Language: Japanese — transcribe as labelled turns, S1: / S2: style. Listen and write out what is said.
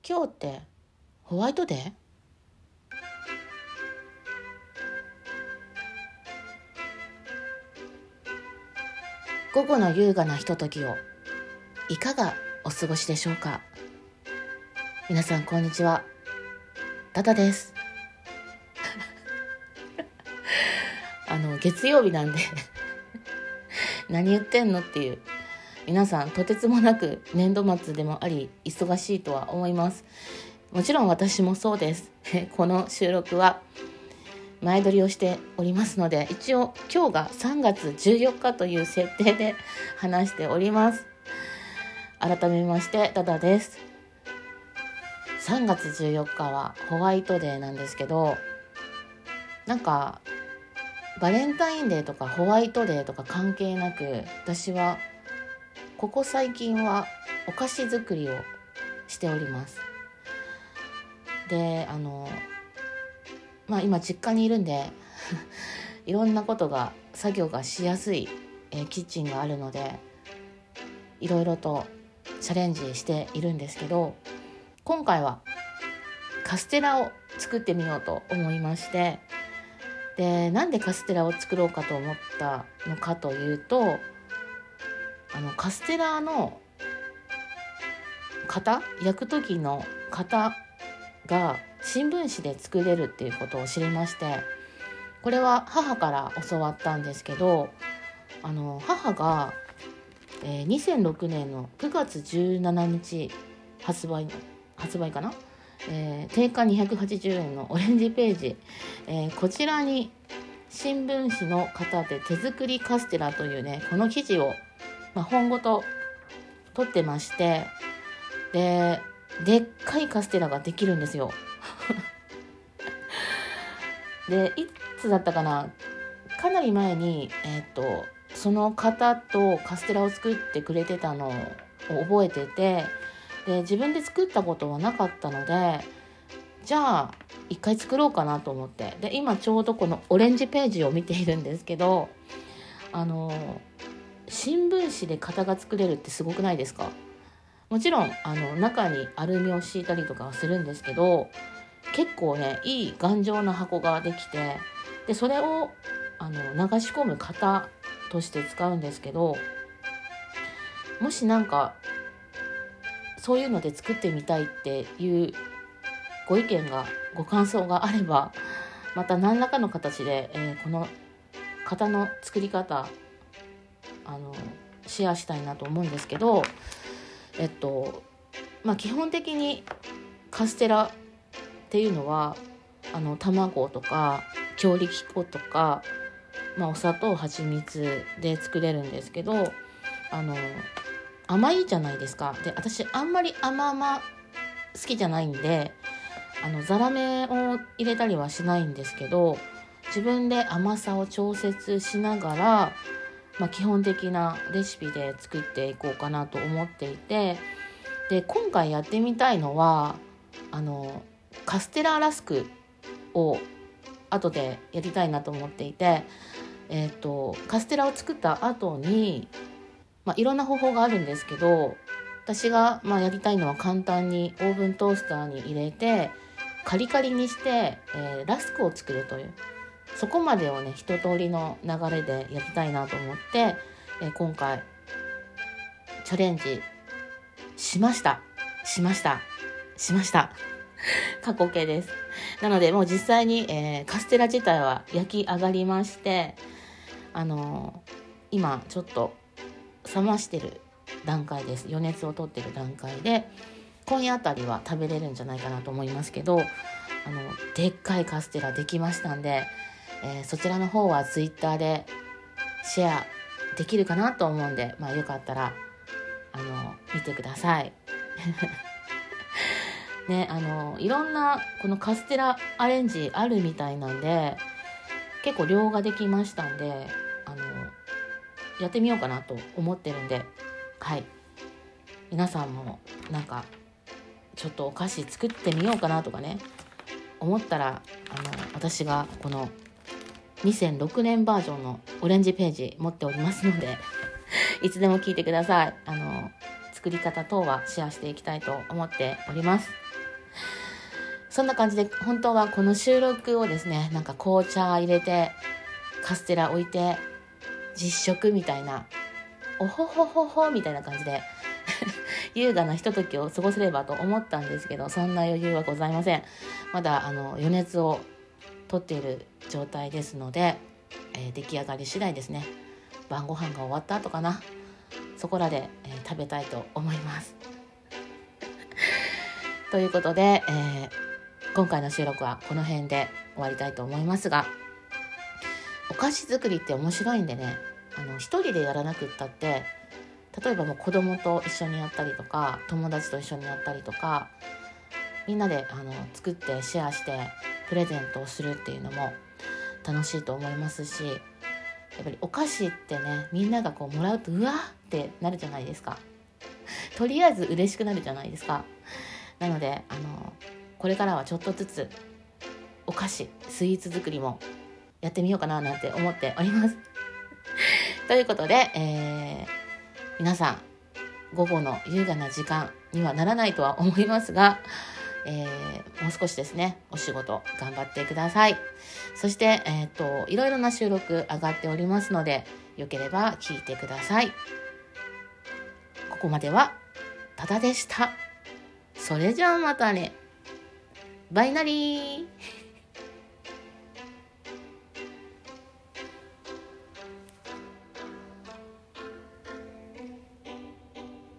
S1: 今日ってホワイトデー？午後の優雅なひとときをいかがお過ごしでしょうか。皆さんこんにちは、ダダです月曜日なんで何言ってんのっていう、皆さんとてつもなく年度末でもあり忙しいとは思います。もちろん私もそうですこの収録は前撮りをしておりますので、一応今日が3月14日という設定で話しております。改めましてダダです。3月14日はホワイトデーなんですけど、なんかバレンタインデーとかホワイトデーとか関係なく、私はここ最近はお菓子作りをしております。で、今実家にいるんでいろんなことが作業がしやすい、キッチンがあるので、いろいろとチャレンジしているんですけど、今回はカステラを作ってみようと思いまして、で、なんでカステラを作ろうかと思ったのかというと、カステラの焼く時の型が新聞紙で作れるっていうことを知りまして、これは母から教わったんですけど、母が、2006年の9月17日発売かな、定価280円のオレンジページ、こちらに新聞紙の型で手作りカステラというね、この記事を、本ごと取ってまして、でっかいカステラができるんですよで、いつだったかな、かなり前に、その方とカステラを作ってくれてたのを覚えてて、で、自分で作ったことはなかったので、じゃあ一回作ろうかなと思って、で、今ちょうどこのオレンジページを見ているんですけど、新聞紙で型が作れるってすごくないですか？もちろん中にアルミを敷いたりとかはするんですけど、結構ね、いい頑丈な箱ができて、でそれを流し込む型として使うんですけど、もしなんかそういうので作ってみたいっていうご意見がご感想があれば、また何らかの形で、この型の作り方シェアしたいなと思うんですけど、基本的にカステラっていうのは卵とか強力粉とか、お砂糖、蜂蜜で作れるんですけど、甘いじゃないですか。で、私あんまり甘々好きじゃないんで、ザラメを入れたりはしないんですけど、自分で甘さを調節しながら、基本的なレシピで作っていこうかなと思っていて、で、今回やってみたいのはカステララスクを後でやりたいなと思っていて、カステラを作った後に、いろんな方法があるんですけど、私がやりたいのは簡単にオーブントースターに入れてカリカリにして、ラスクを作るという、そこまでをね、一通りの流れでやりたいなと思って、今回チャレンジしました過去形です。なのでもう実際に、カステラ自体は焼き上がりまして、今ちょっと冷ましてる段階です。余熱を取ってる段階で、今夜あたりは食べれるんじゃないかなと思いますけど、でっかいカステラできましたんで、そちらの方はツイッターでシェアできるかなと思うんで、よかったら見てくださいね、いろんなこのカステラアレンジあるみたいなんで、結構量ができましたんで、やってみようかなと思ってるんで、はい、皆さんもなんかちょっとお菓子作ってみようかなとかね、思ったら私がこの2006年バージョンのオレンジページ持っておりますのでいつでも聞いてください。作り方等はシェアしていきたいと思っております。 そんな感じで本当はこの収録をですね、なんか紅茶入れてカステラ置いて実食みたいな、おほほほほみたいな感じで優雅なひとときを過ごせればと思ったんですけど、そんな余裕はございません。まだ余熱を取っている状態ですので、出来上がり次第ですね、晩ご飯が終わった後かな、そこらで、食べたいと思いますということで、今回の収録はこの辺で終わりたいと思いますが、お菓子作りって面白いんでね、一人でやらなくったって、例えばもう子供と一緒にやったりとか、友達と一緒にやったりとか、みんなで作ってシェアしてプレゼントをするっていうのも楽しいと思いますし、やっぱりお菓子ってね、みんながこうもらうとうわってなるじゃないですか。とりあえず嬉しくなるじゃないですか。なのでこれからはちょっとずつお菓子、スイーツ作りもやってみようかななんて思っておりますということで、皆さん午後の優雅な時間にはならないとは思いますが、もう少しですね、お仕事頑張ってください。そして、いろいろな収録上がっておりますので、よければ聞いてください。ここまではただでした。それじゃあまたね。バイナリー